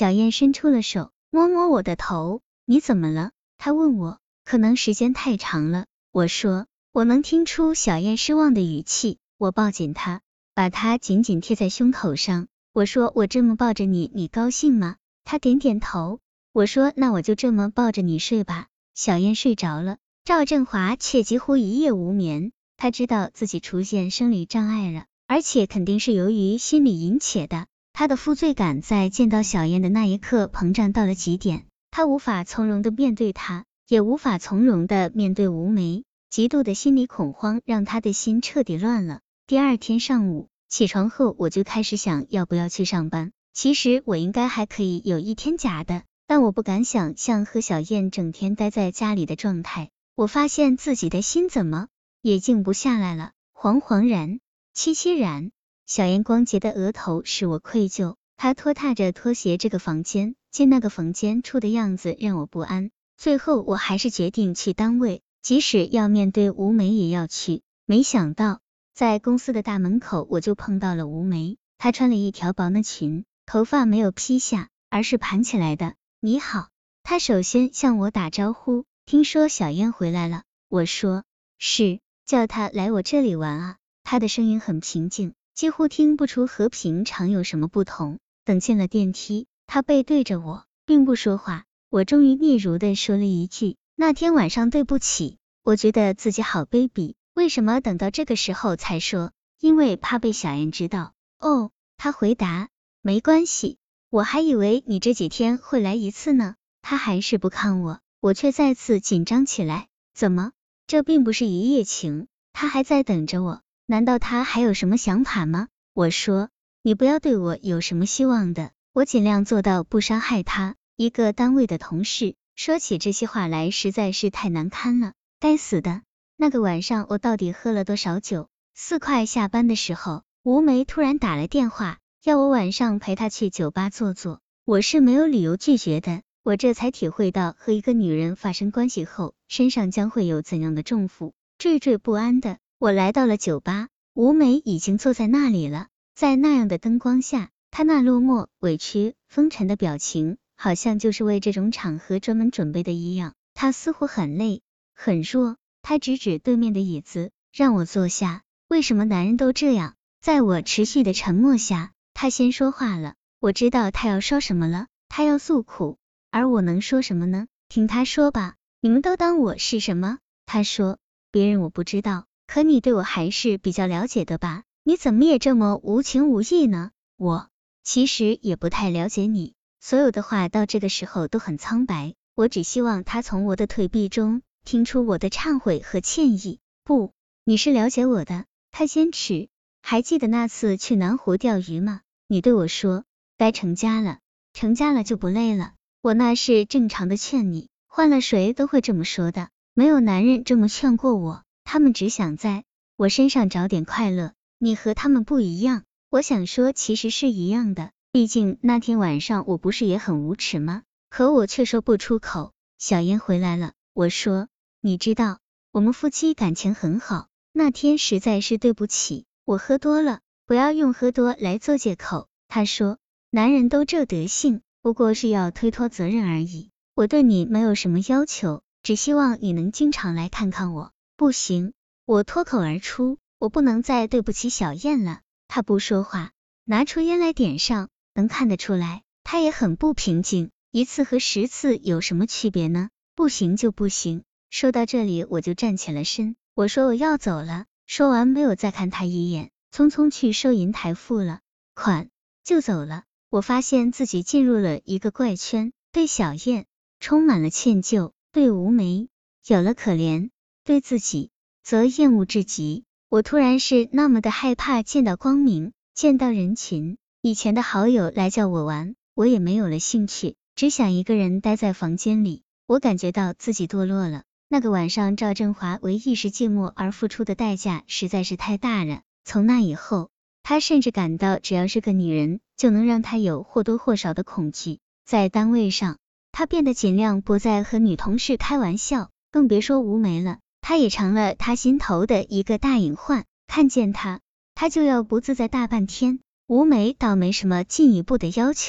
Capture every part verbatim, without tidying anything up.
小燕伸出了手，摸摸我的头，你怎么了？她问我，可能时间太长了。我说，我能听出小燕失望的语气，我抱紧她，把她紧紧贴在胸口上。我说，我这么抱着你，你高兴吗？她点点头。我说，那我就这么抱着你睡吧。小燕睡着了，赵振华却几乎一夜无眠。他知道自己出现生理障碍了，而且肯定是由于心理引起的。他的负罪感在见到小燕的那一刻膨胀到了极点，他无法从容的面对她，也无法从容的面对吴梅。极度的心理恐慌让他的心彻底乱了。第二天上午起床后，我就开始想要不要去上班。其实我应该还可以有一天假的，但我不敢想象和小燕整天待在家里的状态。我发现自己的心怎么也静不下来了，惶惶然，凄凄然。小燕光洁的额头使我愧疚，她拖沓着拖鞋这个房间进那个房间出的样子让我不安。最后我还是决定去单位，即使要面对吴梅也要去。没想到在公司的大门口我就碰到了吴梅，她穿了一条薄呢裙，头发没有披下，而是盘起来的。你好，她首先向我打招呼，听说小燕回来了。我说，是，叫她来我这里玩啊。她的声音很平静，几乎听不出和平常有什么不同。等进了电梯，她背对着我，并不说话。我终于嗫嚅的说了一句，那天晚上对不起。我觉得自己好卑鄙，为什么等到这个时候才说？因为怕被小燕知道。哦，她回答，没关系，我还以为你这几天会来一次呢。她还是不看我，我却再次紧张起来。怎么？这并不是一夜情，她还在等着我。难道她还有什么想法吗？我说，你不要对我有什么希望的，我尽量做到不伤害她。一个单位的同事说起这些话来实在是太难堪了。该死的，那个晚上我到底喝了多少酒？四快下班的时候，吴梅突然打来电话，要我晚上陪她去酒吧坐坐。我是没有理由拒绝的。我这才体会到和一个女人发生关系后，身上将会有怎样的重负。惴惴不安的，我来到了酒吧，吴梅已经坐在那里了。在那样的灯光下，她那落寞、委屈、风尘的表情，好像就是为这种场合专门准备的一样。她似乎很累，很弱。她指指对面的椅子，让我坐下。为什么男人都这样？在我持续的沉默下，她先说话了。我知道她要说什么了，她要诉苦。而我能说什么呢？听她说吧。你们都当我是什么？她说，别人我不知道，可你对我还是比较了解的吧？你怎么也这么无情无义呢？我其实也不太了解你。所有的话到这个时候都很苍白，我只希望他从我的退避中听出我的忏悔和歉意。不，你是了解我的。他坚持。还记得那次去南湖钓鱼吗？你对我说，该成家了，成家了就不累了。我那是正常的劝你，换了谁都会这么说的。没有男人这么劝过我，他们只想在我身上找点快乐。你和他们不一样。我想说其实是一样的，毕竟那天晚上我不是也很无耻吗？可我却说不出口。小燕回来了，我说，你知道，我们夫妻感情很好，那天实在是对不起，我喝多了，不要用喝多来做借口。他说，男人都这德性，不过是要推脱责任而已。我对你没有什么要求，只希望你能经常来看看我。不行，我脱口而出，我不能再对不起小燕了。他不说话，拿出烟来点上，能看得出来，他也很不平静。一次和十次有什么区别呢？不行就不行。说到这里，我就站起了身，我说我要走了。说完没有再看他一眼，匆匆去收银台付了款，就走了。我发现自己进入了一个怪圈，对小燕充满了歉疚，对吴梅有了可怜，对自己则厌恶至极。我突然是那么的害怕见到光明，见到人群。以前的好友来叫我玩，我也没有了兴趣，只想一个人待在房间里。我感觉到自己堕落了。那个晚上赵振华为一时寂寞而付出的代价实在是太大了。从那以后，他甚至感到只要是个女人，就能让他有或多或少的恐惧。在单位上，他变得尽量不再和女同事开玩笑，更别说吴梅了。他也成了他心头的一个大隐患，看见他，他就要不自在大半天。吴梅倒没什么进一步的要求，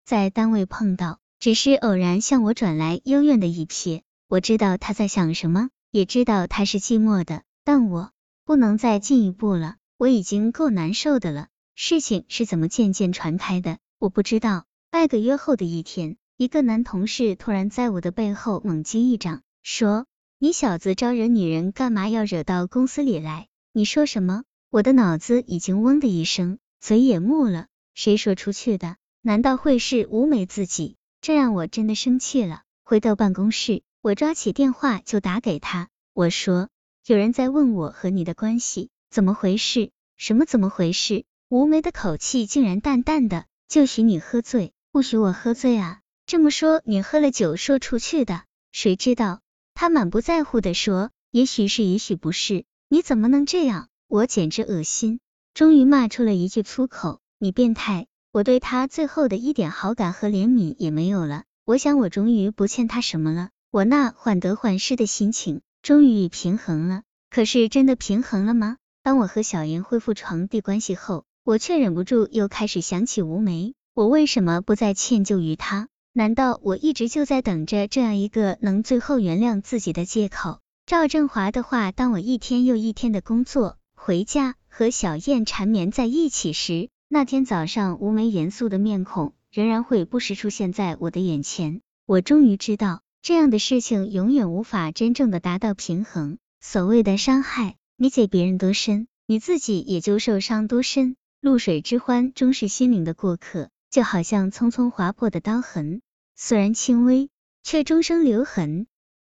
在单位碰到，只是偶然向我转来幽怨的一瞥。我知道他在想什么，也知道他是寂寞的，但我不能再进一步了，我已经够难受的了。事情是怎么渐渐传开的，我不知道。半个月后的一天，一个男同事突然在我的背后猛击一掌，说：“你小子招惹女人，干嘛要惹到公司里来？”你说什么？我的脑子已经嗡的一声，嘴也木了。谁说出去的？难道会是吴梅自己？这让我真的生气了。回到办公室，我抓起电话就打给他。我说：“有人在问我和你的关系，怎么回事？”什么怎么回事？吴梅的口气竟然淡淡的，就许你喝醉，不许我喝醉啊？这么说你喝了酒说出去的？谁知道？他满不在乎的说：“也许是，也许不是。”你怎么能这样？我简直恶心，终于骂出了一句粗口：“你变态！”我对他最后的一点好感和怜悯也没有了。我想我终于不欠他什么了，我那患得患失的心情终于平衡了。可是真的平衡了吗？当我和小妍恢复床地关系后，我却忍不住又开始想起吴梅。我为什么不再歉疚于他？难道我一直就在等着这样一个能最后原谅自己的借口？赵振华的话，当我一天又一天的工作，回家和小燕缠绵在一起时，那天早上吴梅严肃的面孔仍然会不时出现在我的眼前。我终于知道，这样的事情永远无法真正的达到平衡。所谓的伤害，你给别人多深，你自己也就受伤多深。露水之欢终是心灵的过客，就好像匆匆划破的刀痕，虽然轻微，却终生留痕。